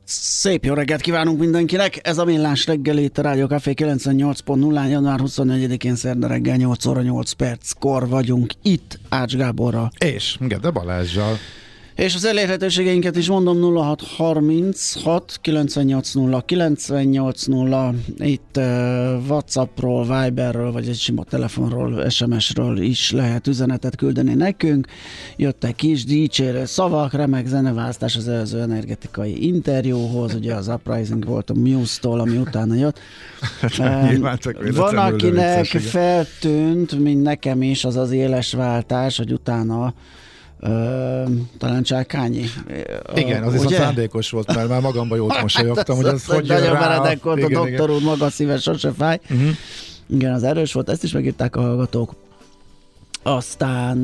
Szép jó reggelt kívánunk mindenkinek! Ez a Millás reggeli, itt a Rádió Café 98.0, január 24-én szerda reggel 8 óra 8 perckor vagyunk itt Ács Gáborral. És Gede Balázsjal. És az elérhetőségeinket is mondom: 0636 98 0 itt WhatsAppról, Viberről, vagy egy sima telefonról, SMS-ről is lehet üzenetet küldeni nekünk. Jöttek kis dicsérő szavak, remek zeneválasztás az előző energetikai interjúhoz, ugye az Uprising volt a Muse-tól, ami utána jött. Van, akinek feltűnt, mint nekem is, az az éles váltás, hogy utána talán Csákányi. Igen, az viszont szándékos volt, mert már magamban jót mosolyogtam, hogy az hogy jön nagyon rá. meredek volt a doktor úr, maga szíves, sose fáj. Igen, az erős volt, ezt is megírták a hallgatók. Aztán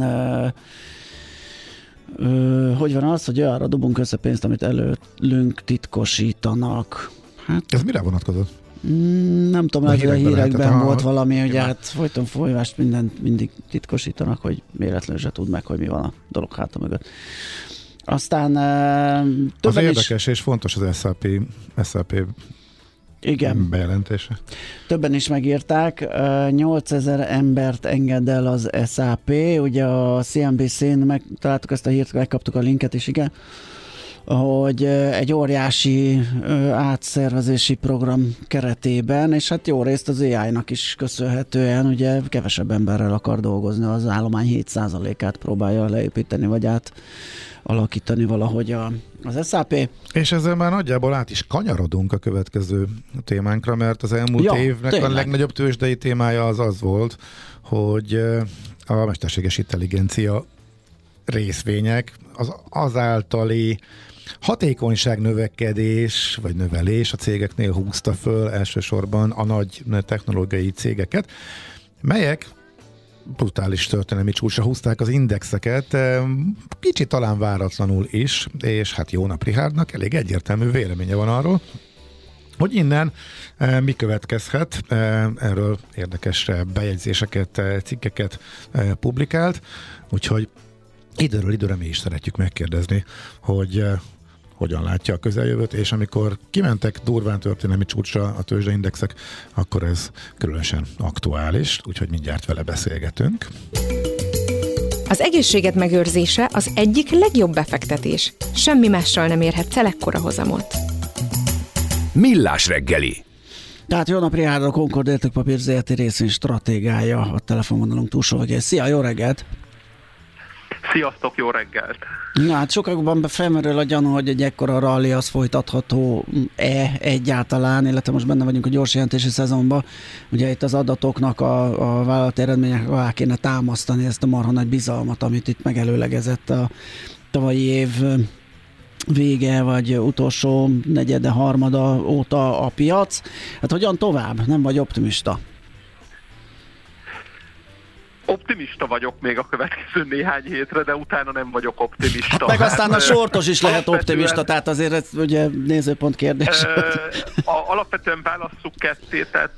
hogy van az, hogy arra dobunk össze pénzt, amit előlünk titkosítanak. Hát, ez mire vonatkozott? Nem tudom, lehet, hogy a hírekben volt valami, hogy hát folyton folyvást mindent mindig titkosítanak, hogy véletlenül se tud meg, hogy mi van a dolog háta mögött. Aztán az érdekes és fontos az SAP igen. bejelentése. Többen is megírták, 8000 embert enged el az SAP, ugye a CNBC-n megtaláltuk ezt a hírt, megkaptuk a linket is, igen, hogy egy óriási átszervezési program keretében, és hát jó részt az AI-nak is köszönhetően, ugye kevesebb emberrel akar dolgozni, az állomány 7%-át próbálja leépíteni, vagy alakítani valahogy az SAP. És ezzel már nagyjából át is kanyarodunk a következő témánkra, mert az elmúlt évnek tényleg a legnagyobb tőzsdei témája az volt, hogy a mesterséges intelligencia részvények az általi hatékonyság növekedés vagy növelés a cégeknél húzta föl elsősorban a nagy technológiai cégeket, melyek brutális történelmi csúcsra húzták az indexeket, kicsit talán váratlanul is, és hát Jónap Richárdnak elég egyértelmű véleménye van arról, hogy innen mi következhet. Erről érdekes bejegyzéseket, cikkeket publikált, úgyhogy időről időre mi is szeretjük megkérdezni, hogy hogyan látja a közeljövőt, és amikor kimentek durván történelmi csúcsra a tőzsdeindexek, akkor ez különösen aktuális, úgyhogy mindjárt vele beszélgetünk. Az egészséged megőrzése az egyik legjobb befektetés. Semmi mással nem érhetsz el ekkora hozamot. Millás reggeli. Tehát Jónap Richárd, a Concord Értékpapír Zrt. Részvény stratégája, a telefonvonalunk túlsó végén. Szia, jó reggelt! Sziasztok, jó reggelt! Na hát sokakban felmerül a gyanú, hogy egy ekkora rally az folytatható-e egyáltalán, illetve most benne vagyunk a gyors jelentési szezonban. Ugye itt az adatoknak, a vállalati eredmények alá kéne támasztani ezt a marha nagy bizalmat, amit itt megelőlegezett a tavalyi év vége, vagy utolsó negyede, harmada óta a piac. Hát hogyan tovább? Nem vagy optimista? Optimista vagyok még a következő néhány hétre, de utána nem vagyok optimista. Hát meg aztán a sortos is lehet optimista, tehát azért ez ugye nézőpont kérdés. Alapvetően válasszuk ketté, tehát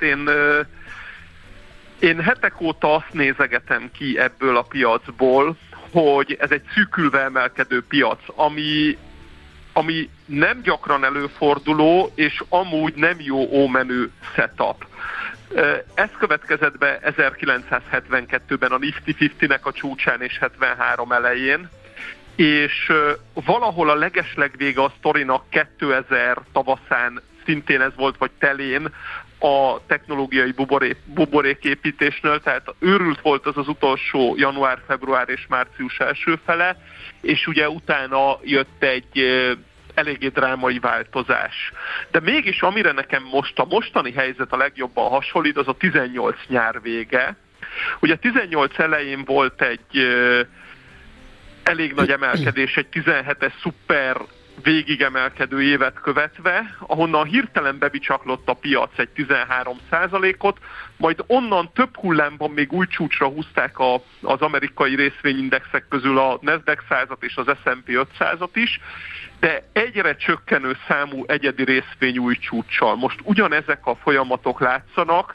én hetek óta azt nézegetem ki ebből a piacból, hogy ez egy szűkülve emelkedő piac, ami nem gyakran előforduló, és amúgy nem jó ómenő setup. Ez következett be 1972-ben a Nifty 50-nek a csúcsán és 73 elején, és valahol a legeslegvége a sztorinak 2000 tavaszán szintén ez volt, vagy telén a technológiai buboréképítésnél, tehát őrült volt az utolsó január, február és március első fele, és ugye utána jött egy eléggé drámai változás. De mégis amire nekem most a mostani helyzet a legjobban hasonlít, az a 18 nyár vége. Ugye 18 elején volt egy elég nagy emelkedés, egy 17-es szuper végigemelkedő évet követve, ahonnan hirtelen bebicsaklott a piac egy 13%-ot, majd onnan több hullámban még új csúcsra húzták az amerikai részvényindexek közül a Nasdaq 100-at és az S&P 500-at is, de egyre csökkenő számú egyedi részvény új csúccsal. Most ugyanezek a folyamatok látszanak.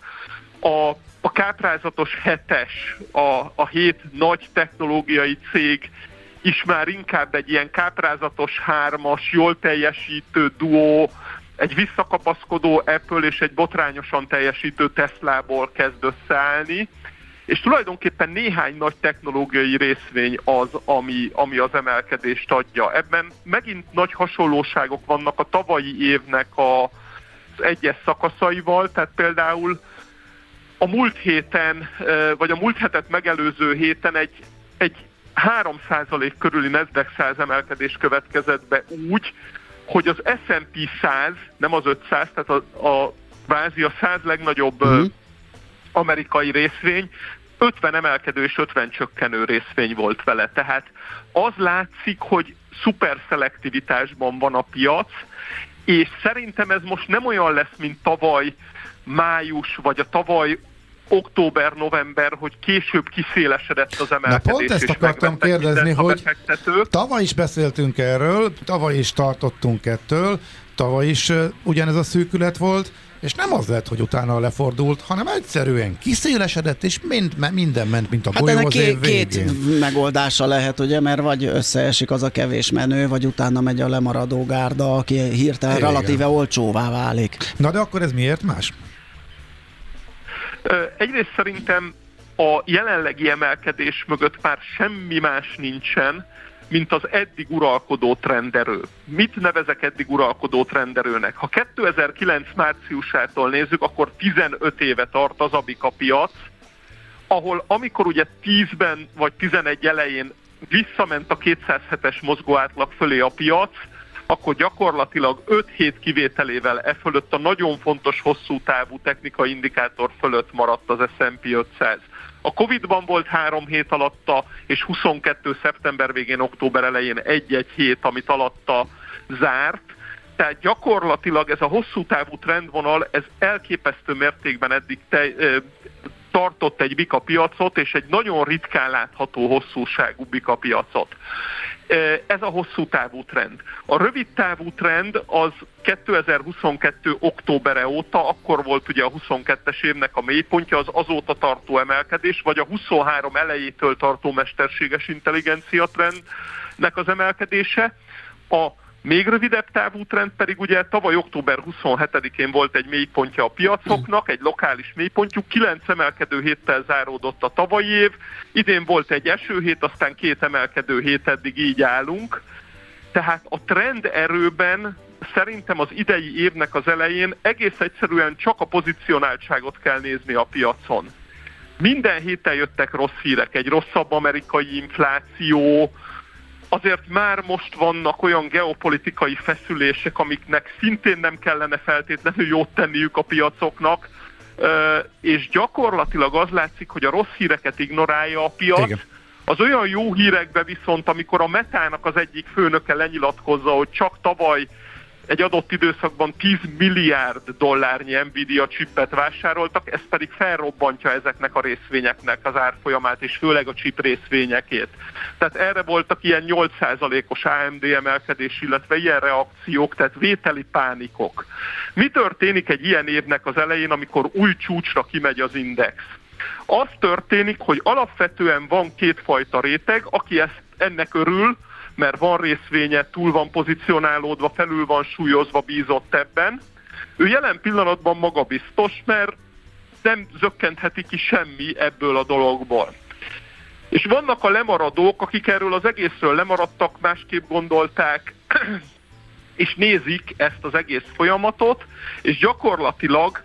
A káprázatos 7-es, a 7 nagy technológiai cég is már inkább egy ilyen káprázatos hármas, jól teljesítő duó, egy visszakapaszkodó Apple és egy botrányosan teljesítő Teslából kezd összeállni, és tulajdonképpen néhány nagy technológiai részvény az, ami az emelkedést adja. Ebben megint nagy hasonlóságok vannak a tavalyi évnek az egyes szakaszaival, tehát például a múlt héten, vagy a múlt hetet megelőző héten egy 3% körüli Nasdaq 100 emelkedés következett be úgy, hogy az S&P 100, nem az 500, tehát a kvázi a 100 legnagyobb amerikai részvény, 50 emelkedő és 50 csökkenő részvény volt vele. Tehát az látszik, hogy szuper szelektivitásban van a piac, és szerintem ez most nem olyan lesz, mint tavaly május, vagy a tavaly október-november, hogy később kiszélesedett az emelkedés. Na pont ezt akartam kérdezni, hogy tavaly is beszéltünk erről, tavaly is tartottunk ettől, tavaly is ugyanez a szűkület volt, és nem az lett, hogy utána lefordult, hanem egyszerűen kiszélesedett, és minden ment, mint a golyó az év végén. Két megoldása lehet, ugye, mert vagy összeesik az a kevés menő, vagy utána megy a lemaradó gárda, aki hirtelen relatíve olcsóvá válik. Na de akkor ez miért más? Egyrészt szerintem a jelenlegi emelkedés mögött már semmi más nincsen, mint az eddig uralkodó trenderő. Mit nevezek eddig uralkodó trenderőnek? Ha 2009 márciusától nézzük, akkor 15 éve tart az abika piac, ahol amikor ugye 10-ben vagy 11 elején visszament a 207-es mozgóátlag fölé a piac, akkor gyakorlatilag 5 hét kivételével e fölött a nagyon fontos hosszú távú technikai indikátor fölött maradt az S&P 500. A Covid-ban volt 3 hét alatta, és 22. szeptember végén, október elején 1-1 hét, amit alatta zárt. Tehát gyakorlatilag ez a hosszú távú trendvonal, ez elképesztő mértékben eddig tartott egy bika piacot, és egy nagyon ritkán látható hosszúságú bika piacot. Ez a hosszú távú trend. A rövid távú trend az 2022. októbere óta, akkor volt ugye a 22-es évnek a mélypontja, az azóta tartó emelkedés, vagy a 23 elejétől tartó mesterséges intelligencia trendnek az emelkedése. A még rövidebb távú trend pedig ugye tavaly október 27-én volt egy mélypontja a piacoknak, egy lokális mélypontjuk, 9 emelkedő héttel záródott a tavalyi év, idén volt egy esőhét, aztán 2 emelkedő hét, eddig így állunk. Tehát a trend erőben szerintem az idei évnek az elején egész egyszerűen csak a pozicionáltságot kell nézni a piacon. Minden héten jöttek rossz hírek, egy rosszabb amerikai infláció, azért már most vannak olyan geopolitikai feszülések, amiknek szintén nem kellene feltétlenül jót tenniük a piacoknak, és gyakorlatilag az látszik, hogy a rossz híreket ignorálja a piac. Igen. Az olyan jó hírekbe viszont, amikor a Metának az egyik főnöke lenyilatkozza, hogy csak tavaly egy adott időszakban 10 milliárd dollárnyi Nvidia chipet vásároltak, ez pedig felrobbantja ezeknek a részvényeknek az árfolyamát, és főleg a chip részvényekét. Tehát erre voltak ilyen 8%-os AMD emelkedés, illetve ilyen reakciók, tehát vételi pánikok. Mi történik egy ilyen évnek az elején, amikor új csúcsra kimegy az index? Az történik, hogy alapvetően van kétfajta réteg, aki ennek örül, mert van részvénye, túl van pozícionálódva, felül van súlyozva, bízott ebben. Ő jelen pillanatban magabiztos, mert nem zökkentheti ki semmi ebből a dologból. És vannak a lemaradók, akik erről az egészről lemaradtak, másképp gondolták, és nézik ezt az egész folyamatot, és gyakorlatilag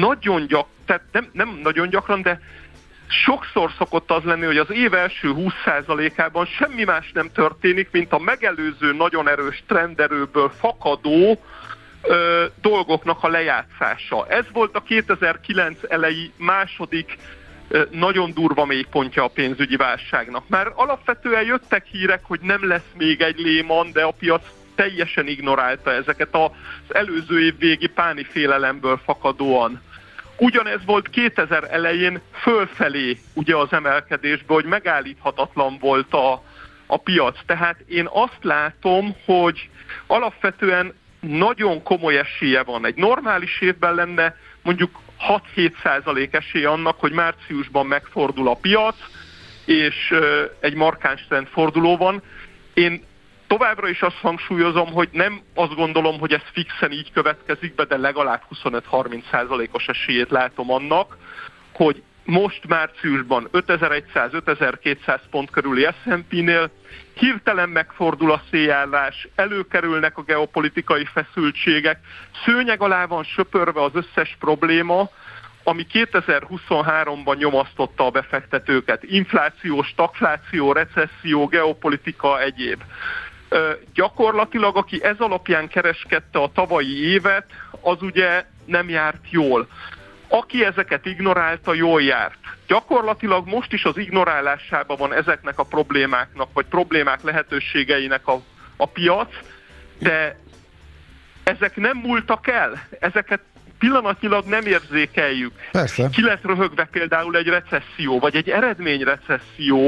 tehát nem nagyon gyakran, de sokszor szokott az lenni, hogy az év első 20%-ában semmi más nem történik, mint a megelőző nagyon erős trenderőből fakadó dolgoknak a lejátszása. Ez volt a 2009 elejé második nagyon durva mélypontja a pénzügyi válságnak. Már alapvetően jöttek hírek, hogy nem lesz még egy Lehman, de a piac teljesen ignorálta ezeket az előző év végi páni félelemből fakadóan. Ugyanez volt 2000 elején fölfelé ugye az emelkedésből, hogy megállíthatatlan volt a piac. Tehát én azt látom, hogy alapvetően nagyon komoly esélye van. Egy normális évben lenne mondjuk 6-7% esély annak, hogy márciusban megfordul a piac, és egy markáns trendforduló van. Én továbbra is azt hangsúlyozom, hogy nem azt gondolom, hogy ez fixen így következik be, de legalább 25-30%-os esélyét látom annak, hogy most márciusban 5100-5200 pont körüli S&P-nél hirtelen megfordul a szélállás, előkerülnek a geopolitikai feszültségek, szőnyeg alá van söpörve az összes probléma, ami 2023-ban nyomasztotta a befektetőket. Infláció, stagfláció, recesszió, geopolitika, egyéb. Gyakorlatilag, aki ez alapján kereskedte a tavalyi évet, az ugye nem járt jól. Aki ezeket ignorálta, jól járt. Gyakorlatilag most is az ignorálásában van ezeknek a problémáknak, vagy problémák lehetőségeinek a piac, de ezek nem múltak el. Ezeket pillanatnyilag nem érzékeljük. Persze. Ki lett röhögve például egy recesszió, vagy egy eredményrecesszió,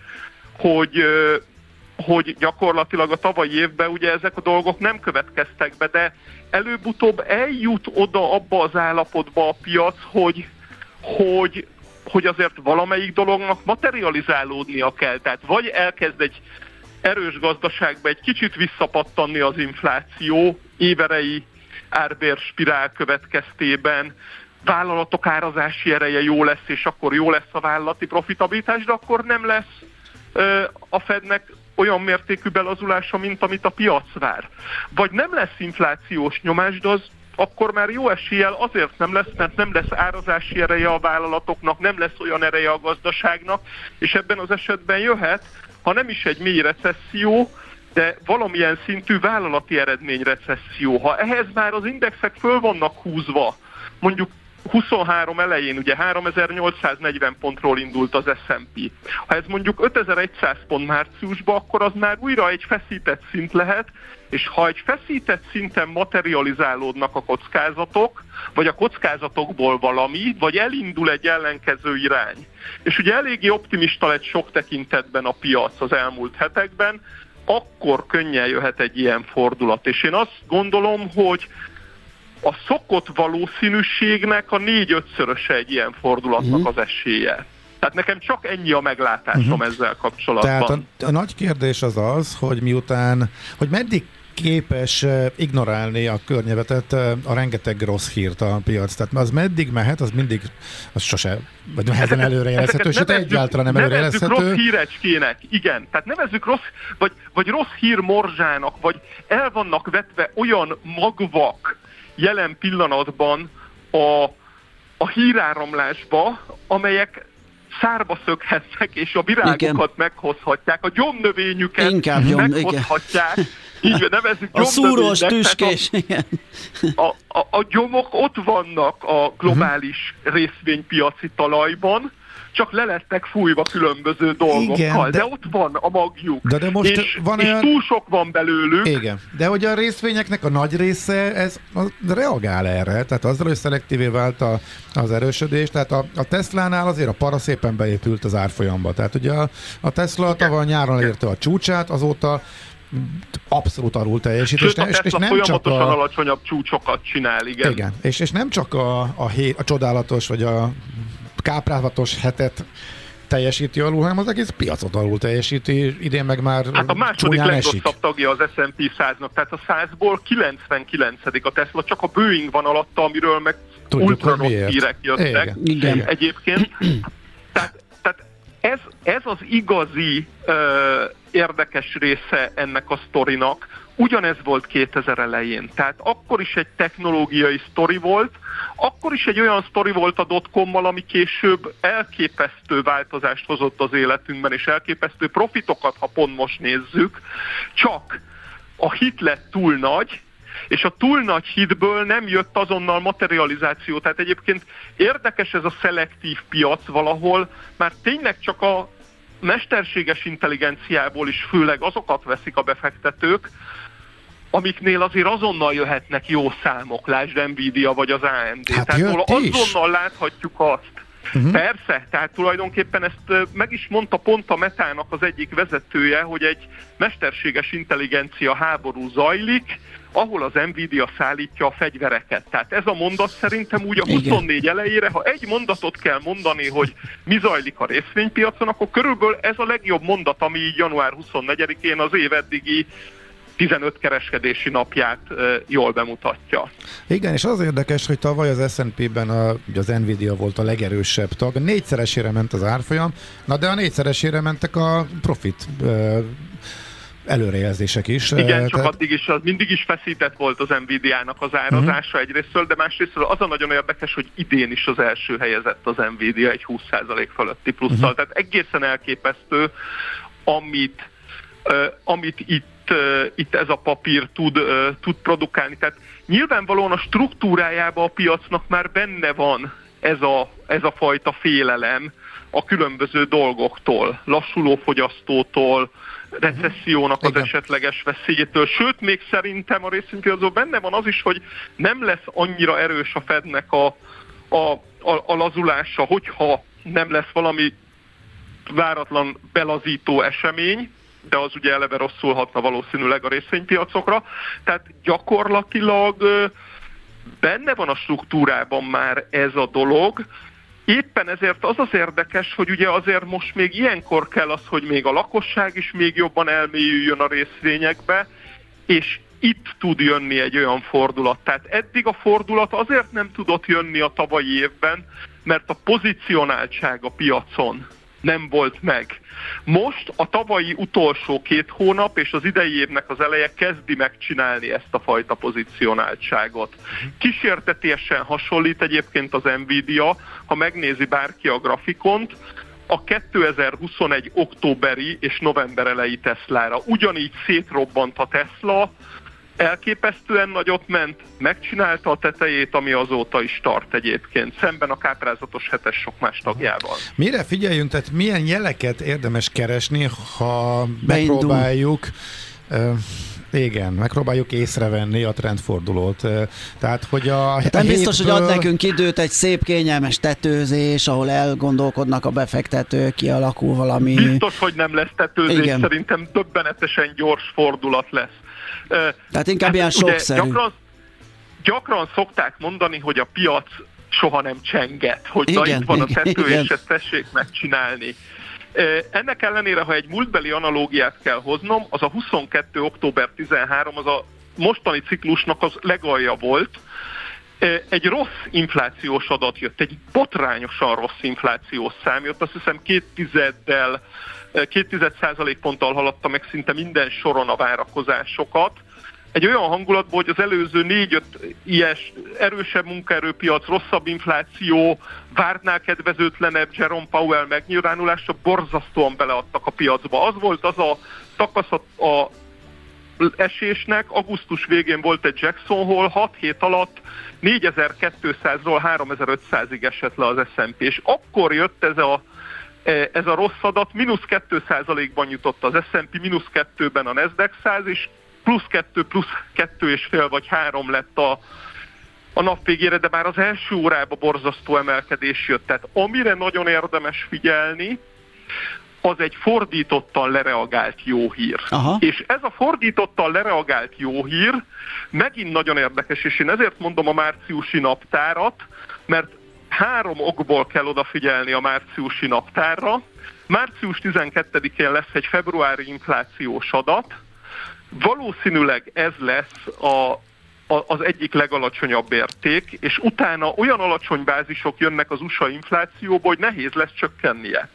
hogy gyakorlatilag a tavalyi évben ugye ezek a dolgok nem következtek be, de előbb-utóbb eljut oda abba az állapotba a piac, hogy azért valamelyik dolognak materializálódnia kell. Tehát vagy elkezd egy erős gazdaságba egy kicsit visszapattanni az infláció, éverei árbérspirál következtében, vállalatok árazási ereje jó lesz, és akkor jó lesz a vállalati profitabilitás, de akkor nem lesz a Fednek olyan mértékű belazulása, mint amit a piac vár. Vagy nem lesz inflációs nyomás, de az akkor már jó eséllyel azért nem lesz, mert nem lesz árazási ereje a vállalatoknak, nem lesz olyan ereje a gazdaságnak, és ebben az esetben jöhet, ha nem is egy mély recesszió, de valamilyen szintű vállalati eredményrecesszió. Ha ehhez már az indexek föl vannak húzva, mondjuk 23 elején ugye 3840 pontról indult az S&P. Ha ez mondjuk 5100 pont márciusban, akkor az már újra egy feszített szint lehet, és ha egy feszített szinten materializálódnak a kockázatok, vagy a kockázatokból valami, vagy elindul egy ellenkező irány. És ugye eléggé optimista lett sok tekintetben a piac az elmúlt hetekben, akkor könnyen jöhet egy ilyen fordulat. És én azt gondolom, hogy a szokott valószínűségnek a 4-5-szöröse egy ilyen fordulatnak az esélye. Tehát nekem csak ennyi a meglátásom ezzel kapcsolatban. Tehát a nagy kérdés az, hogy miután, hogy meddig képes ignorálni a környezetet, a rengeteg rossz hírt a piac. Tehát az meddig mehet, az mindig, az sose, vagy nehezen előrejelezhető, sőt egyáltalán nem előrejelezhető. Nevezzük rossz hírecskének, igen. Tehát nevezzük rossz, vagy rossz hír morzsának, vagy el vannak vetve olyan magvak jelen pillanatban a híráramlásba, amelyek szárba szökhetnek, és a virágokat meghozhatják, a gyomnövényüket meghozhatják. Így nevezzük a szúrós tüskés, igen. A gyomok ott vannak a globális részvénypiaci talajban, csak le lettek fújva különböző dolgokkal, igen, de ott van a magjuk, de most és van olyan... túl sok van belőlük. Igen, de hogy a részvényeknek a nagy része ez reagál erre, tehát azzal, hogy szelektívé vált az erősödés, tehát a Teslánál azért a para szépen beépült az árfolyamba, tehát ugye a Tesla tavaly nyáron elérte a csúcsát, azóta abszolút alul teljesít. Sőt, a Tesla folyamatosan alacsonyabb csúcsokat csinál, igen. Igen, és nem csak a csodálatos, vagy a káprázatos hetet teljesíti alul, hanem az egész piacot alul teljesíti, idén meg már hát a második legrosszabb tagja az S&P 100-nak, tehát a 100-ból 99. a Tesla, csak a Boeing van alatta, amiről meg ultra rossz hírek jöttek. Igen. Egyébként. Tehát ez az igazi érdekes része ennek a sztorinak. Ugyanez volt 2000 elején. Tehát akkor is egy technológiai sztori volt, akkor is egy olyan sztori volt a dotcommal, ami később elképesztő változást hozott az életünkben, és elképesztő profitokat, ha pont most nézzük, csak a hit lett túl nagy, és a túl nagy hitből nem jött azonnal materializáció. Tehát egyébként érdekes ez a szelektív piac valahol, már tényleg csak a mesterséges intelligenciából is főleg azokat veszik a befektetők, amiknél azért azonnal jöhetnek jó számok, lásd Nvidia vagy az AMD. Hát tehát azonnal láthatjuk azt. Persze, tehát tulajdonképpen ezt meg is mondta pont a Metának az egyik vezetője, hogy egy mesterséges intelligencia háború zajlik, ahol az Nvidia szállítja a fegyvereket. Tehát ez a mondat szerintem úgy a 24 elejére, ha egy mondatot kell mondani, hogy mi zajlik a részvénypiacon, akkor körülbelül ez a legjobb mondat, ami így január 24-én az év eddigi 15 kereskedési napját jól bemutatja. Igen, és az érdekes, hogy tavaly az S&P-ben az Nvidia volt a legerősebb tag, 4-szeresére ment az árfolyam, na de a 4-szeresére mentek a profit előrejelzések is. Igen, csak addig is, az mindig is feszített volt az Nvidia-nak az árazása egyrésztről, de másrésztről az a nagyon érdekes, hogy idén is az első helyezett az Nvidia egy 20% fölötti plusszal. Tehát egészen elképesztő, amit itt ez a papír tud produkálni. Tehát nyilvánvalóan a struktúrájában a piacnak már benne van ez a fajta félelem a különböző dolgoktól, lassuló fogyasztótól, recessziónak az esetleges veszélyétől. Sőt, még szerintem a részvénypiacon benne van az is, hogy nem lesz annyira erős a Fednek a lazulása, hogyha nem lesz valami váratlan belazító esemény, de az ugye eleve rosszul hatna valószínűleg a részvénypiacokra. Tehát gyakorlatilag benne van a struktúrában már ez a dolog. Éppen ezért az érdekes, hogy ugye azért most még ilyenkor kell az, hogy még a lakosság is még jobban elmélyüljön a részvényekbe, és itt tud jönni egy olyan fordulat. Tehát eddig a fordulat azért nem tudott jönni a tavalyi évben, mert a pozicionáltság a piacon nem volt meg. Most a tavalyi utolsó 2 hónap és az idei évnek az eleje kezdi megcsinálni ezt a fajta pozicionáltságot. Kísértetiesen hasonlít egyébként az Nvidia, ha megnézi bárki a grafikont, a 2021 októberi és november elejé Teslára. Ugyanígy szétrobbant a Tesla, elképesztően nagyot ment, megcsinálta a tetejét, ami azóta is tart egyébként, szemben a káprázatos 7-es sok más tagjával. Mire figyeljünk, tehát milyen jeleket érdemes keresni, ha megpróbáljuk megpróbáljuk észrevenni a trendfordulót. Tehát, hogy nem biztos, hogy ad nekünk időt egy szép, kényelmes tetőzés, ahol elgondolkodnak a befektetők, kialakul valami... Biztos, hogy nem lesz tetőzés, igen. Szerintem döbbenetesen gyors fordulat lesz. Tehát inkább ilyen sokszerű. Gyakran szokták mondani, hogy a piac soha nem csenget, hogy itt van a tető, és ezt tessék megcsinálni. Ennek ellenére, ha egy múltbeli analógiát kell hoznom, az a 22. október 13, az a mostani ciklusnak az legalja volt. Egy rossz inflációs adat jött, egy botrányosan rossz inflációs szám jött, azt hiszem 0,2 ponttal haladta meg szinte minden soron a várakozásokat. Egy olyan hangulatból, hogy az előző 4-5 ilyes erősebb munkaerőpiac, rosszabb infláció, vártnál kedvezőtlenebb Jerome Powell megnyilvánulása borzasztóan beleadtak a piacba. Az volt az a szakasz a esésnek, augusztus végén volt egy Jackson Hole, 6 hét alatt 4200-ról 3500-ig esett le az S&P, és akkor jött ez a rossz adat, -2%-ban jutott az S&P, -2-ben a Nasdaq 100, és +2, +2,5 vagy 3 lett a nap végére, de már az első órában borzasztó emelkedés jött. Tehát amire nagyon érdemes figyelni, az egy fordítottan lereagált jó hír. Aha. És ez a fordítottan lereagált jó hír megint nagyon érdekes, és én ezért mondom a márciusi naptárat, mert 3 okból kell odafigyelni a márciusi naptárra. Március 12-én lesz egy februári inflációs adat, valószínűleg ez lesz az egyik legalacsonyabb érték, és utána olyan alacsony bázisok jönnek az USA inflációból, hogy nehéz lesz csökkennie.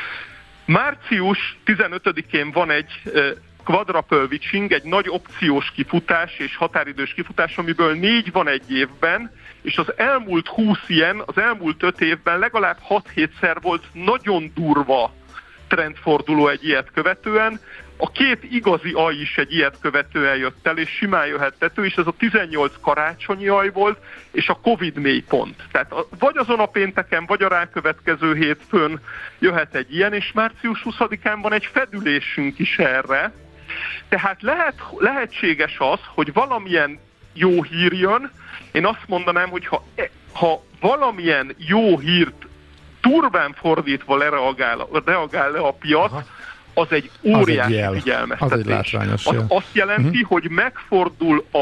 Március 15-én van egy quadruple witching, egy nagy opciós kifutás és határidős kifutás, amiből 4 van egy évben, és az elmúlt 20 ilyen, az elmúlt 5 évben legalább 6-7-szer volt nagyon durva trendforduló egy ilyet követően. A 2 igazi aj is egy ilyet követően jött el, és simán jöhettető, és ez a 18 karácsonyi aj volt, és a Covid mélypont. Tehát vagy azon a pénteken, vagy a rákövetkező hétfőn jöhet egy ilyen, és március 20-án van egy fedülésünk is erre. Tehát lehetséges az, hogy valamilyen jó hír jön. Én azt mondanám, hogy ha valamilyen jó hírt durván fordítva reagál le a piac, az egy óriási figyelmeztetés. Az azt jelenti, hogy megfordul a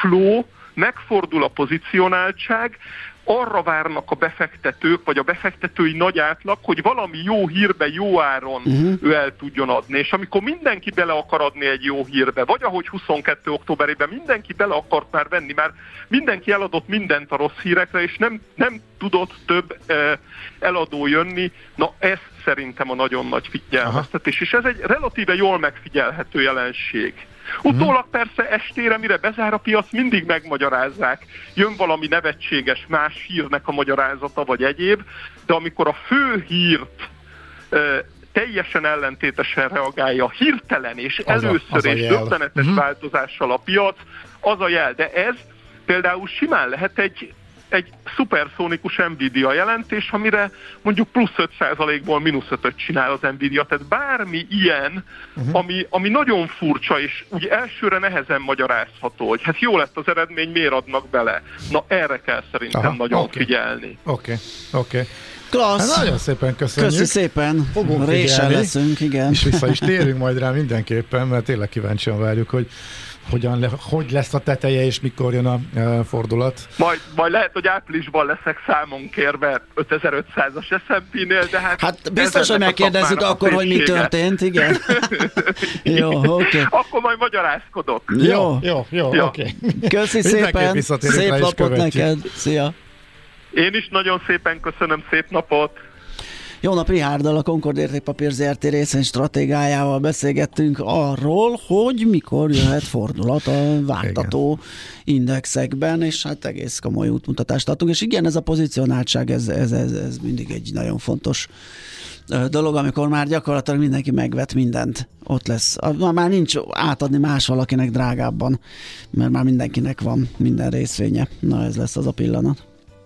flow, megfordul a pozicionáltság, arra várnak a befektetők, vagy a befektetői nagy átlag, hogy valami jó hírbe, jó áron ő el tudjon adni. És amikor mindenki bele akar adni egy jó hírbe, vagy ahogy 22. októberében mindenki bele akart már venni, már mindenki eladott mindent a rossz hírekre, és nem tudott több eladó jönni, na ez szerintem a nagyon nagy figyelmeztetés. És ez egy relatíve jól megfigyelhető jelenség. Utólag persze estére, mire bezár a piac, mindig megmagyarázzák. Jön valami nevetséges más hírnek a magyarázata, vagy egyéb, de amikor a fő hírt teljesen ellentétesen reagálja hirtelen és először és döbbenetes változással a piac, az a jel. De ez például simán lehet egy szuperszónikus Nvidia jelentés, amire mondjuk plusz 5%-ból mínusz 5-öt csinál az Nvidia. Tehát bármi ilyen, ami nagyon furcsa, és úgy elsőre nehezen magyarázható, hogy hát jó lett az eredmény, miért adnak bele. Na erre kell szerintem nagyon figyelni. Oké. Klassz! Hát nagyon szépen köszönjük. Köszi szépen. Résen leszünk, igen. És vissza is térünk majd rá mindenképpen, mert tényleg kíváncsian várjuk, hogy hogy lesz a teteje, és mikor jön a fordulat. Majd lehet, hogy áprilisban leszek számon kérve 5500-as S&P-nél, de hát biztos, hogy megkérdezzük akkor, hogy mi történt, igen. Jó, oké. Akkor majd magyarázkodok. Jó, oké. Köszi szépen, szép napot neked. Szia! Én is nagyon szépen köszönöm, szép napot! Jó nap, Rihárdal, a Concord Értékpapír ZRT részvénystratégájával beszélgettünk arról, hogy mikor jöhet fordulat a vágtató indexekben, és hát egész komoly útmutatást adtunk, és igen, ez a pozicionáltság, ez mindig egy nagyon fontos dolog, amikor már gyakorlatilag mindenki megvet mindent, ott lesz. Már nincs átadni más valakinek drágábban, mert már mindenkinek van minden részvénye. Na, ez lesz az a pillanat.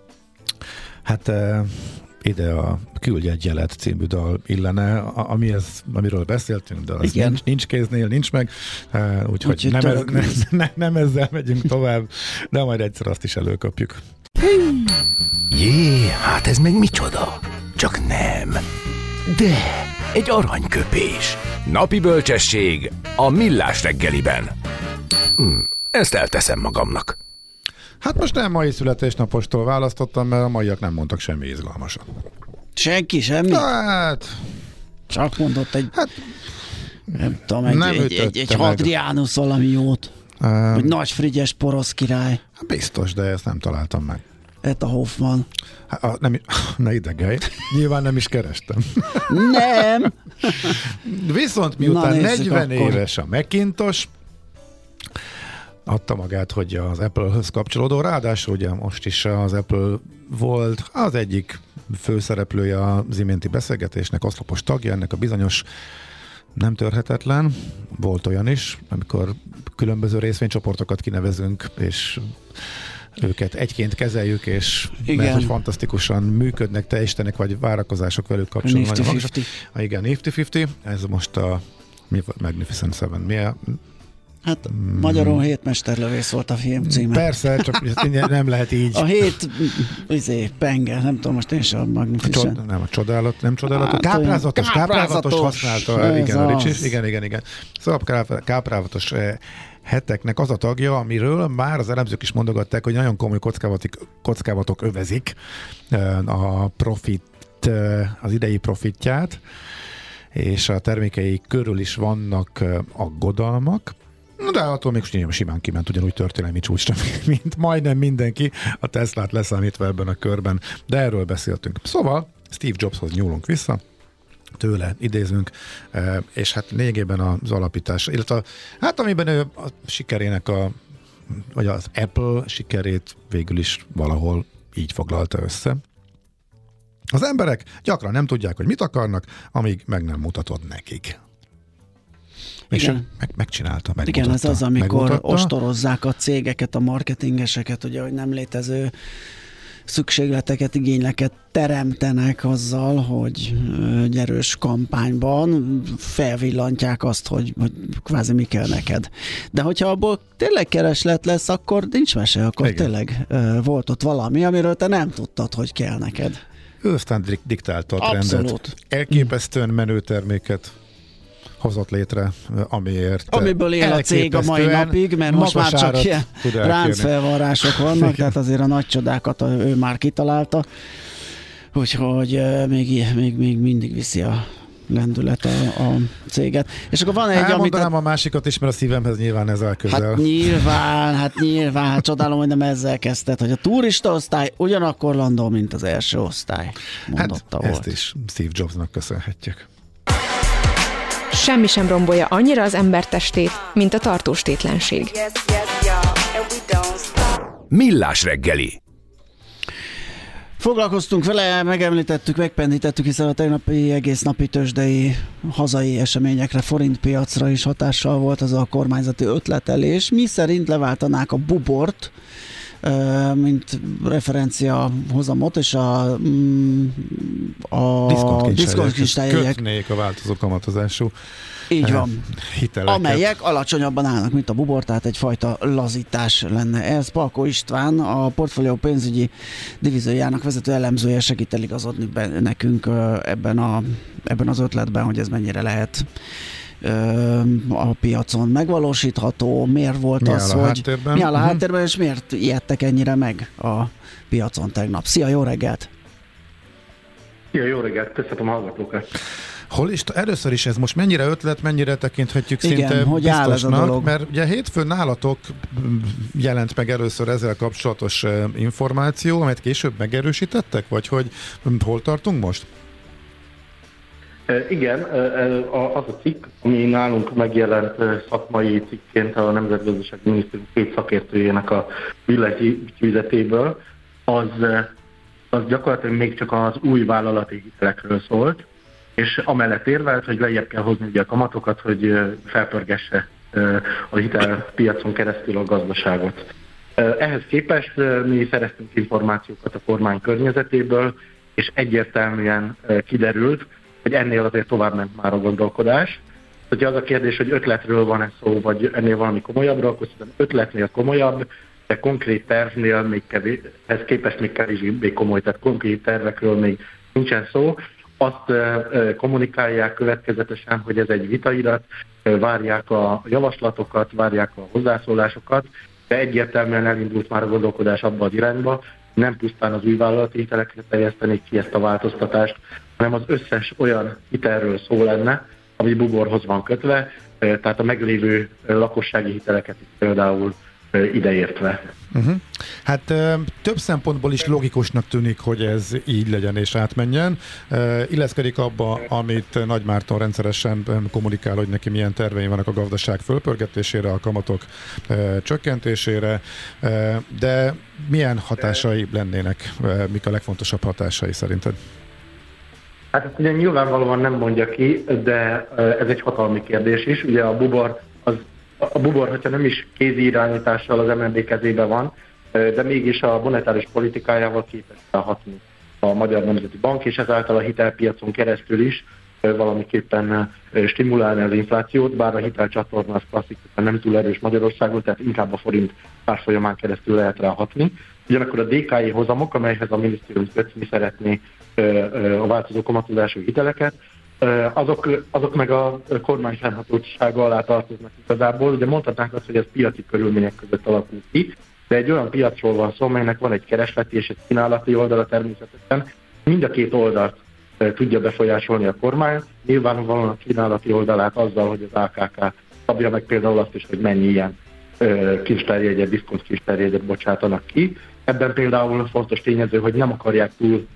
Hát ide a Küldj egy jelet című dal illene, amiről beszéltünk, de az nincs kéznél, nincs meg, úgyhogy nem ezzel megyünk tovább, de majd egyszer azt is előkapjuk. Jé, hát ez meg micsoda? Csak nem. De egy aranyköpés. Napi bölcsesség a Millás reggeliben. Ezt elteszem magamnak. Hát most nem mai születésnapostól választottam, mert a maiak nem mondtak semmi izgalmasat. Senki, semmi? Hát... Csak mondott nem tudom, egy Hadrianus valami jót. Vagy Nagy Frigyes porosz király. Biztos, de ezt nem találtam meg. Etta Hoffman. Hát, ne idegelj. Nyilván nem is kerestem. Nem! Viszont miután 40 éves a Macintosh, adta magát, hogy az Apple-höz kapcsolódó, ráadásul ugye most is az Apple volt az egyik főszereplője az iménti beszélgetésnek, oszlopos tagja, ennek a bizonyos nem törhetetlen. Volt olyan is, amikor különböző részvénycsoportokat kinevezünk, és őket egyként kezeljük, és mert hogy fantasztikusan működnek, teljesítenek, vagy várakozások velük kapcsolatban. Nifty 50. Igen, Nifty 50. Ez most a Magnificent Seven. Mi a Hát magyarul 7 mesterlövész volt a film címe. Persze, csak nem lehet így. A 7 penge, nem tudom, most én sem a Magnificent. Nem a csodálat, nem csodálatos. Káprázatos használta. Igen, a Ricsi. Igen. Szóval káprázatos heteknek az a tagja, amiről már az elemzők is mondogatták, hogy nagyon komoly kockázatok övezik a profit, az idei profitját, és a termékei körül is vannak aggodalmak. De attól még simán kiment ugyanúgy történelmi csúcsra, mint majdnem mindenki, a Teslát leszámítva ebben a körben, de erről beszéltünk. Szóval Steve Jobshoz nyúlunk vissza, tőle idézünk, és hát lényegében az alapítás, illetve hát amiben ő a sikerének vagy az Apple sikerét végül is valahol így foglalta össze. Az emberek gyakran nem tudják, hogy mit akarnak, amíg meg nem mutatod nekik. És megcsinálta, megmutatta. Igen, ez az, amikor ostorozzák a cégeket, a marketingeseket, ugye, hogy nem létező szükségleteket, igényleket teremtenek azzal, hogy egy erős kampányban felvillantják azt, hogy kvázi mi kell neked. De hogyha abból tényleg kereslet lesz, akkor nincs mese, akkor igen. Tényleg volt ott valami, amiről te nem tudtad, hogy kell neked. Ő aztán diktálta a trendet. Elképesztően menő terméket hozott létre, amiből él a cég a mai napig, mert most már csak ilyen ráncfelvarrások vannak, tehát azért a nagy csodákat ő már kitalálta, úgyhogy még mindig viszi a lendület a céget. És akkor van egy, mondanám a másikat is, mert a szívemhez nyilván ez közel. Hát nyilván, csodálom, hogy nem ezzel kezdted, hogy a turista osztály ugyanakkor landol, mint az első osztály. Mondotta volt. Ezt is Steve Jobsnak köszönhetjük. Semmi sem rombolja annyira az ember testét, mint a tartós tétlenség. Millás reggeli. Foglalkoztunk vele, megemlítettük, megpendítettük, hiszen a tegnapi egész napi tőzsdei hazai eseményekre, forintpiacra is hatással volt az a kormányzati ötletelés. Mi szerint leváltanák a bubort, mint referencia hozamot, és a diszkontkistályjegyek kötnék a változó kamatozású így van, hiteleket, amelyek alacsonyabban állnak, mint a bubor, tehát egyfajta lazítás lenne. Ez Palkó István, a portfólió pénzügyi divíziójának vezető elemzője segít eligazodni nekünk ebben az ötletben, hogy ez mennyire lehet a piacon megvalósítható, miért volt mi áll a háttérben, és miért ijedtek ennyire meg a piacon tegnap. Szia, jó reggelt! Szia, jó reggelt! Köszönöm a hallgatókat! Hol is, először is ez most mennyire ötlet, mennyire tekinthetjük szinte hogy biztosnak, mert ugye hétfőn nálatok jelent meg először ezzel kapcsolatos információ, amelyet később megerősítettek, vagy hogy hol tartunk most? Igen, az a cikk, ami nálunk megjelent szakmai cikként a Nemzetgazdasági Minisztérium két szakértőjének a billentyűzetéből, az gyakorlatilag még csak az új vállalati hitelekről szólt, és amellett érvelt, hogy lejjebb kell hozni ugye a kamatokat, hogy felpörgesse a hitelpiacon keresztül a gazdaságot. Ehhez képest mi szereztünk információkat a kormány környezetéből, és egyértelműen kiderült, hogy ennél azért tovább ment már a gondolkodás. Hogyha az a kérdés, hogy ötletről van-e szó, vagy ennél valami komolyabbra, akkor szerintem ötletnél komolyabb, de konkrét tervnél még ez képest még kevésbé komoly, tehát konkrét tervekről még nincsen szó. Azt kommunikálják következetesen, hogy ez egy vitairat, várják a javaslatokat, várják a hozzászólásokat, de egyértelműen elindult már a gondolkodás abba az irányba, nem pusztán az új vállalati hitelekre terjesztenék ki ezt a változtatást, hanem az összes olyan hitelről szó lenne, ami buborhoz van kötve, tehát a meglévő lakossági hiteleket is például ideértve. Hát több szempontból is logikusnak tűnik, hogy ez így legyen és átmenjen. Illeszkedik abba, amit Nagy Márton rendszeresen kommunikál, hogy neki milyen tervei vannak a gazdaság fölpörgetésére, a kamatok csökkentésére, de milyen hatásai lennének, mik a legfontosabb hatásai szerinted? Hát ezt ugye nyilvánvalóan nem mondja ki, de ez egy hatalmi kérdés is. Ugye a bubor, hogyha nem is kézi irányítással az MNB kezében van, de mégis a monetáris politikájával képes hatni a Magyar Nemzeti Bank, és ezáltal a hitelpiacon keresztül is valamiképpen stimulálni az inflációt, bár a hitelcsatorna az klasszikusan nem túl erős Magyarországon, tehát inkább a forint árfolyamán keresztül lehet rá hatni. Ugyanakkor a DKI hozamok, amelyhez a minisztérium kötni szeretné a változó kamatozású hiteleket, azok meg a kormány fennhatósága alá tartoznak igazából. Ugye mondhatnánk azt, hogy ez piaci körülmények között alakul ki, de egy olyan piacról van szó, amelynek van egy keresleti és egy kínálati oldala természetesen. Mind a két oldalt tudja befolyásolni a kormány. Nyilvánvalóan a kínálati oldalát azzal, hogy az AKK szabja meg például azt is, hogy mennyi ilyen kincstárjegyet, diszkont kincstárjegyet bocsátanak ki. Ebben például fontos tényező, hogy nem akarják,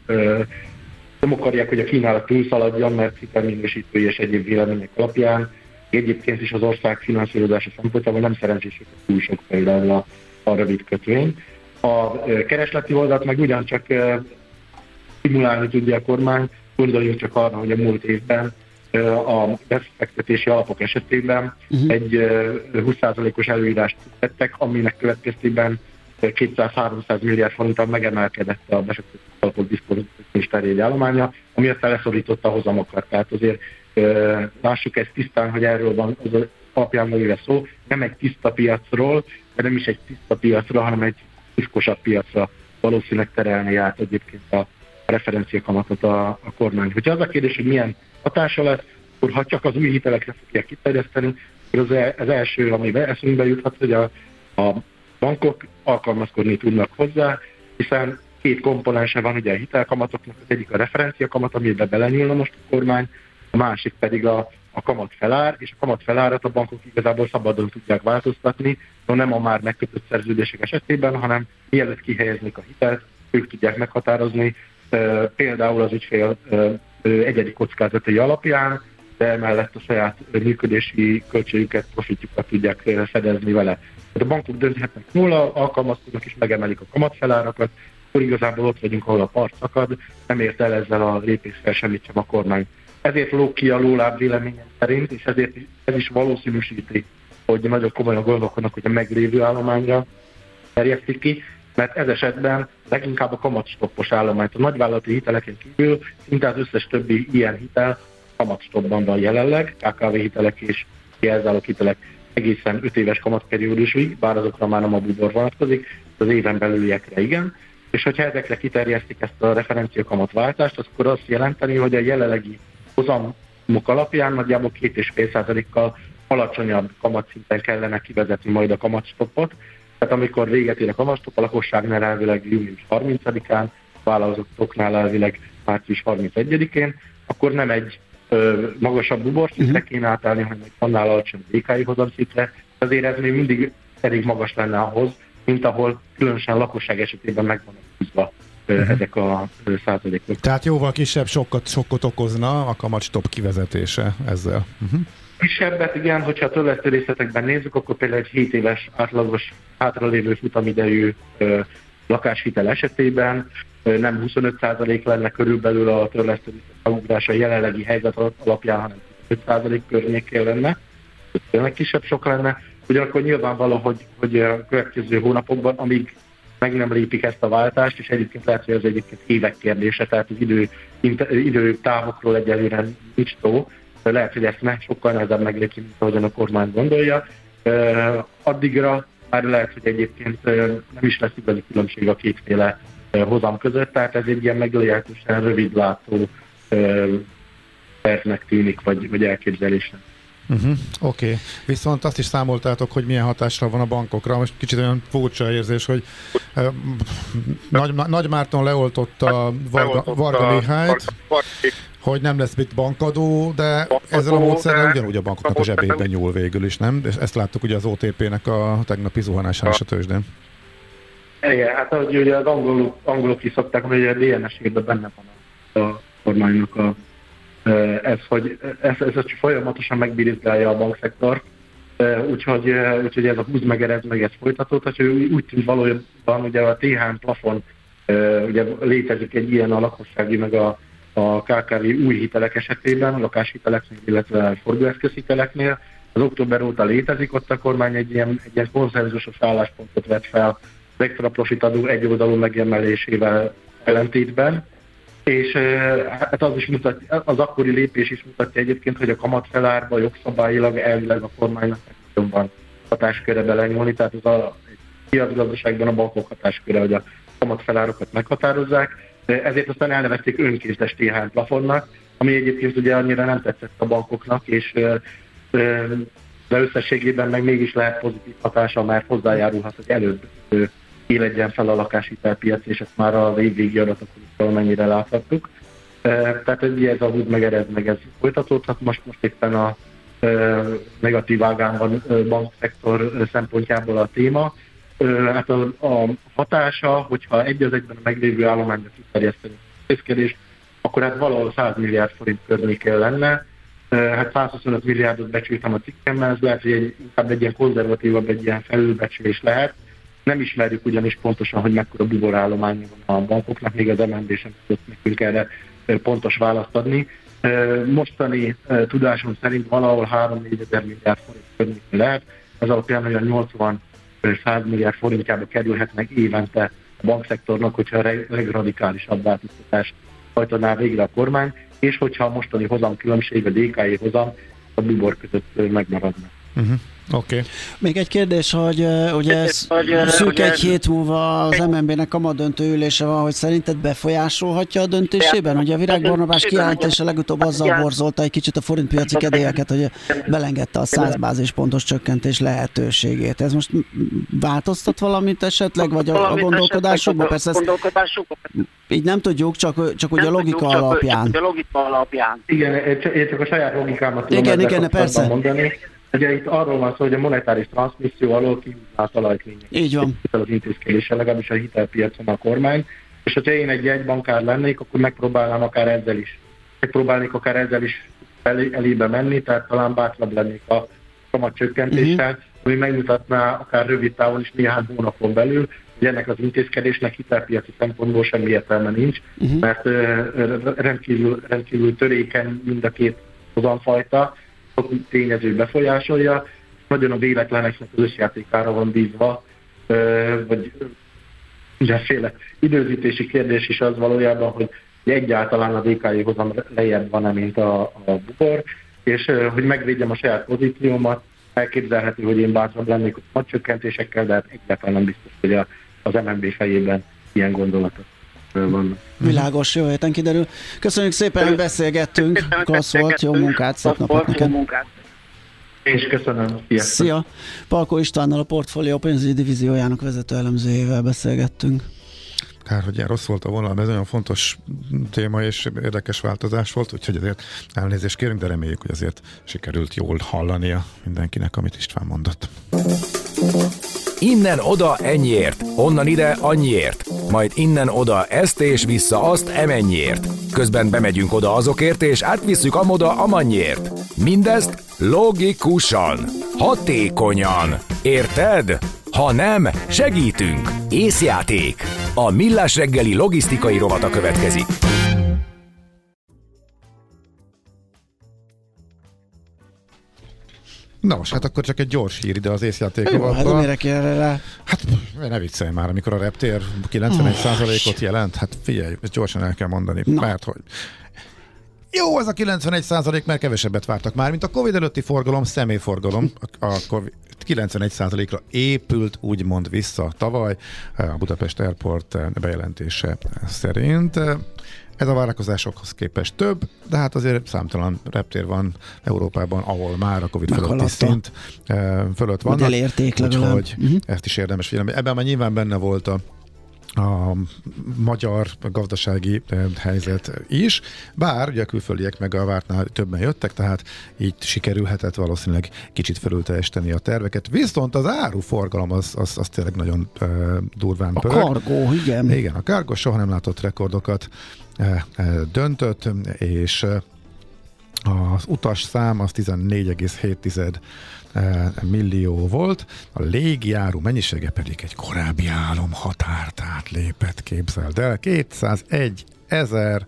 hogy a kínálat túlszaladjon, mert hitelminősítői és egyéb vélemények alapján egyébként is az ország finanszírozása szempontjából nem szerencsés, hogy túl sok például a rövid kötvény. A keresleti oldalt meg ugyancsak stimulálni tudja a kormány, gondoljunk csak arra, hogy a múlt évben a befektetési alapok esetében egy 20%-os előírást tettek, aminek következtében 200-300 milliárd forinttal megemelkedett a befektetési alapok diszkontkistályjegy állománya, ami aztán leszorította a hozamokat. Tehát azért lássuk ezt tisztán, hogy erről van az alapján belőle szó, nem egy tiszta piacról, de nem is egy tiszta piacra, hanem egy tiszkosabb piacra valószínűleg terelni át egyébként a referenciakamatot a kormány. Hogyha az a kérdés, hogy milyen hatása lesz, akkor ha csak az új hitelekre fogják kiterjeszteni, akkor az első, ami eszünkbe juthat, hogy a bankok alkalmazkodni tudnak hozzá, hiszen két komponense van ugye a hitelkamatoknak, az egyik a referenciakamat, amiben belenyúlna most a kormány, a másik pedig a kamatfelár, és a kamatfelárat a bankok igazából szabadon tudják változtatni, de nem a már megkötött szerződések esetében, hanem mielőtt kihelyeznék a hitelt, ők tudják meghatározni, például az ügyfél egyedi kockázatai alapján, de emellett a saját működési költségüket, profitjukat tudják fedezni vele. Tehát a bankok dönthetnek róla, alkalmazkodnak és megemelik a kamatfelárakat, akkor igazából ott vagyunk, ahol a part szakad, nem ért el ezzel a lépéssel semmit sem a kormány. Ezért lóg ki a lóláb véleményem szerint, és ezért ez is valószínűsíti, hogy nagyon komolyan gondolkodnak, hogy a meglévő állományra terjesztik ki, mert ez esetben leginkább a kamatstoppos állományt, a nagyvállalati hiteleken kívül szinte az összes többi ilyen hitel kamatstoppban van jelenleg, KKV hitelek és jelzálog hitelek egészen 5 éves kamatperiódusig, bár azokra már nem a bubor vonatkozik, az éven belüliekre igen. És hogyha ezekre kiterjesztik ezt a referenciakamatváltást, akkor azt jelenteni, hogy a jelenlegi hozamok alapján nagyjából 2,5%-kal alacsonyabb kamatszinten kellene kivezetni majd a kamatstoppot. Tehát amikor véget ér a kamatstopp, a lakosságnál elvileg június 30-án, a vállalatoknál elvileg március 31-én, akkor nem egy magasabb buborszintre kéne átállni, hanem egy annál alacsonyabb DK-i hozamszintre. Azért ez még mindig elég magas lenne ahhoz, mint ahol különösen lakosság esetében meg vannak húzva ezek a százalékok. Tehát jóval kisebb sokkot okozna a kamatstopp kivezetése ezzel. Kisebbet, igen, hogyha a törlesztő részletekben nézzük, akkor például egy 7 éves átlagos hátralévő futamidejű lakáshitel esetében nem 25% lenne körülbelül a törlesztő részletek jelenlegi helyzet alapján, hanem 5% környékén lenne. Tényleg kisebb sok lenne. Ugyanakkor nyilvánvaló, hogy a következő hónapokban, amíg meg nem lépik ezt a váltást, és egyébként lehet, hogy ez egyébként évek kérdése, tehát az időtávokról egyelőre nincs szó, lehet, hogy ezt sokkal nehezebb meglépni, mint ahogyan a kormány gondolja. Addigra már lehet, hogy egyébként nem is lesz igazi különbség a kétféle hozam között, tehát ez egy ilyen meglehetősen rövidlátó tervnek tűnik, vagy elképzelésnek. Oké. Viszont azt is számoltátok, hogy milyen hatásra van a bankokra. Most kicsit olyan furcsa érzés, hogy Nagy Márton leoltotta Varga Mihályt, hogy nem lesz mit bankadó, de ezzel a módszerrel ugyanúgy a bankoknak a zsebében nyúl végül is, nem? És ezt láttuk ugye az OTP-nek a tegnapi zuhanásán is a tőzsdén. Igen, hát ahogy ugye az angolok is szokták, hogy a DNS-ében benne van a kormánynak hogy ez folyamatosan megbirizgálja a bankszektort, úgyhogy ez a húz meg ered meg, ez folytatódhat, hogy úgy tűnt valójában ugye a THM plafon, ugye létezik egy ilyen a lakossági meg a KKV új hitelek esetében, a lakáshiteleknél, illetve forgóeszközhiteleknél. Az október óta létezik, ott a kormány egy ilyen konszenzusos álláspontot vett fel az extra profit adó egyoldalú megemelésével ellentétben. És hát az is mutatja, az akkori lépés is mutatja egyébként, hogy a kamatfelárba jogszabályilag elvileg a kormánynak jobban hatásköre belenyúlni, tehát az a piacgazdaságban a bankok hatásköre, hogy a kamatfelárokat meghatározzák, de ezért aztán elnevezték önkéntes THM plafonnak, ami egyébként ugye annyira nem tetszett a bankoknak, és de összességében meg mégis lehet pozitív hatása, mert hozzájárulhat, hogy előbb éledjen fel a lakáshitelpiac, és ezt már a évvégi adatokon valamennyire láthattuk. Tehát ez a húz meg ered meg, ez folytatódhat. Most éppen a negatív ágán van bankszektor szempontjából a téma. Hát a hatása, hogyha egy az egyben a meglévő állományra kiterjeszteni a intézkedést, akkor hát valahol 100 milliárd forint környékén lenne. Hát 125 milliárdot becsültem a cikkemmel, ez lehet, hogy inkább egy ilyen konzervatívabb, egy ilyen felülbecsülés lehet. Nem ismerjük ugyanis pontosan, hogy mekkora buborállomány van a bankoknak, még az MNB sem tudott nekünk erre pontos választ adni. Mostani tudásom szerint valahol 3-4 ezer milliárd forint környékén lehet, ez alapján olyan 80-100 milliárd forintjába kerülhetnek évente a bankszektornak, hogyha a legradikálisabb változtatást hajtaná végre a kormány, és hogyha a mostani hozamkülönbség, a DK-i hozam a bubor között megmaradna. Oké. Még egy kérdés, hogy ugye szűk egy hét múlva az MNB-nek kamadöntő ülése van, hogy szerinted befolyásolhatja a döntésében? Ugye a Virág Barnabás kijelentése legutóbb azzal borzolta egy kicsit a forintpiaci kedélyeket, hogy belengedte a 100 bázispontos csökkentés lehetőségét. Ez most változtat valamit esetleg, vagy a gondolkodásokban? Persze ezt így nem tudjuk, csak ugye a logika alapján. Igen, én csak a saját logikámat tudom mondani. Ugye itt arról van szó, hogy a monetáris transzmisszió alól kihúzná a talajt Így van. Az intézkedéssel, legalábbis a hitelpiacon a kormány. És hogyha én egy jegybankár lennék, akkor megpróbálnék akár ezzel is elébe menni, tehát talán bátrabb lennék a kamatcsökkentéssel, ami megmutatná akár rövid távon is néhány hónapon belül, hogy ennek az intézkedésnek hitelpiaci szempontból semmi értelme nincs, mert rendkívül törékeny mind a két hozamfajta, sok tényező befolyásolja, nagyon a véletleneknek az összjátékára van bízva, vagy mindenféle időzítési kérdés is az valójában, hogy egyáltalán a DK-i hozam lejjebb van, mint a bubor, és hogy megvédjem a saját pozíciómat, elképzelhető, hogy én bátrabb lennék a kamatcsökkentésekkel, de hát egyáltalán nem biztos, hogy az MNB fejében ilyen gondolatok vannak. Világos, jövő héten kiderül. Köszönjük szépen, hogy beszélgettünk. Klassz volt, jó munkát, szép napot neked. És köszönöm. Szia! Palkó Istvánnal, a Portfolio pénzügyi divíziójának vezető elemzőjével beszélgettünk. Kár, hogy ilyen rossz volt a vonal, ez olyan fontos téma és érdekes változás volt, úgyhogy azért elnézést kérünk, de reméljük, hogy azért sikerült jól hallania mindenkinek, amit István mondott. Innen oda ennyiért, onnan ide annyiért, majd innen oda ezt és vissza azt emennyiért. Közben bemegyünk oda azokért és átvisszük amoda amannyiért. Mindezt logikusan, hatékonyan. Érted? Ha nem, segítünk. Észjáték. A Millás reggeli logisztikai rovata következik. Nos, hát akkor csak egy gyors hír ide az észjáték rovatba. Hát mire kell rá? Hát ne viccelj már, amikor a reptér 91%-ot jelent, hát figyelj, ezt gyorsan el kell mondani, mert hogy jó, az a 91%, mert kevesebbet vártak már, mint a Covid előtti forgalom, személyforgalom, a COVID 91%-ra épült, úgymond vissza tavaly, a Budapest Airport bejelentése szerint. Ez a várakozásokhoz képest több, de hát azért számtalan reptér van Európában, ahol már a Covid fölötti szint fölött vannak. Elérték legalább. Úgyhogy ezt is érdemes figyelni. Ebben már nyilván benne volt a magyar gazdasági helyzet is, bár ugye a külföldiek meg a vártnál többen jöttek, tehát így sikerülhetett valószínűleg kicsit felülteljesíteni a terveket. Viszont az áruforgalom az tényleg nagyon durván pörög. A kargó, igen. Igen, a kargó soha nem látott rekordokat döntött, és az utas szám az 14,7 millió volt, a légiáru mennyisége pedig egy korábbi álom határt átlépett, képzeld el, 201 000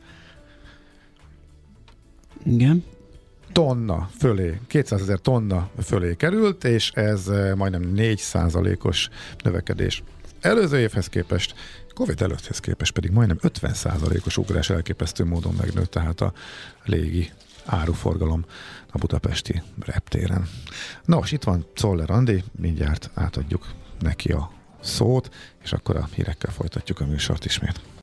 igen. tonna fölé, 200 000 tonna fölé került, és ez majdnem 4%-os növekedés. Előző évhez képest, Covid előtthez képest pedig majdnem 50%-os ugrás elképesztő módon megnőtt, tehát a légi áruforgalom a budapesti reptéren. Nos, itt van Czoller Andi, mindjárt átadjuk neki a szót, és akkor a hírekkel folytatjuk a műsort ismét.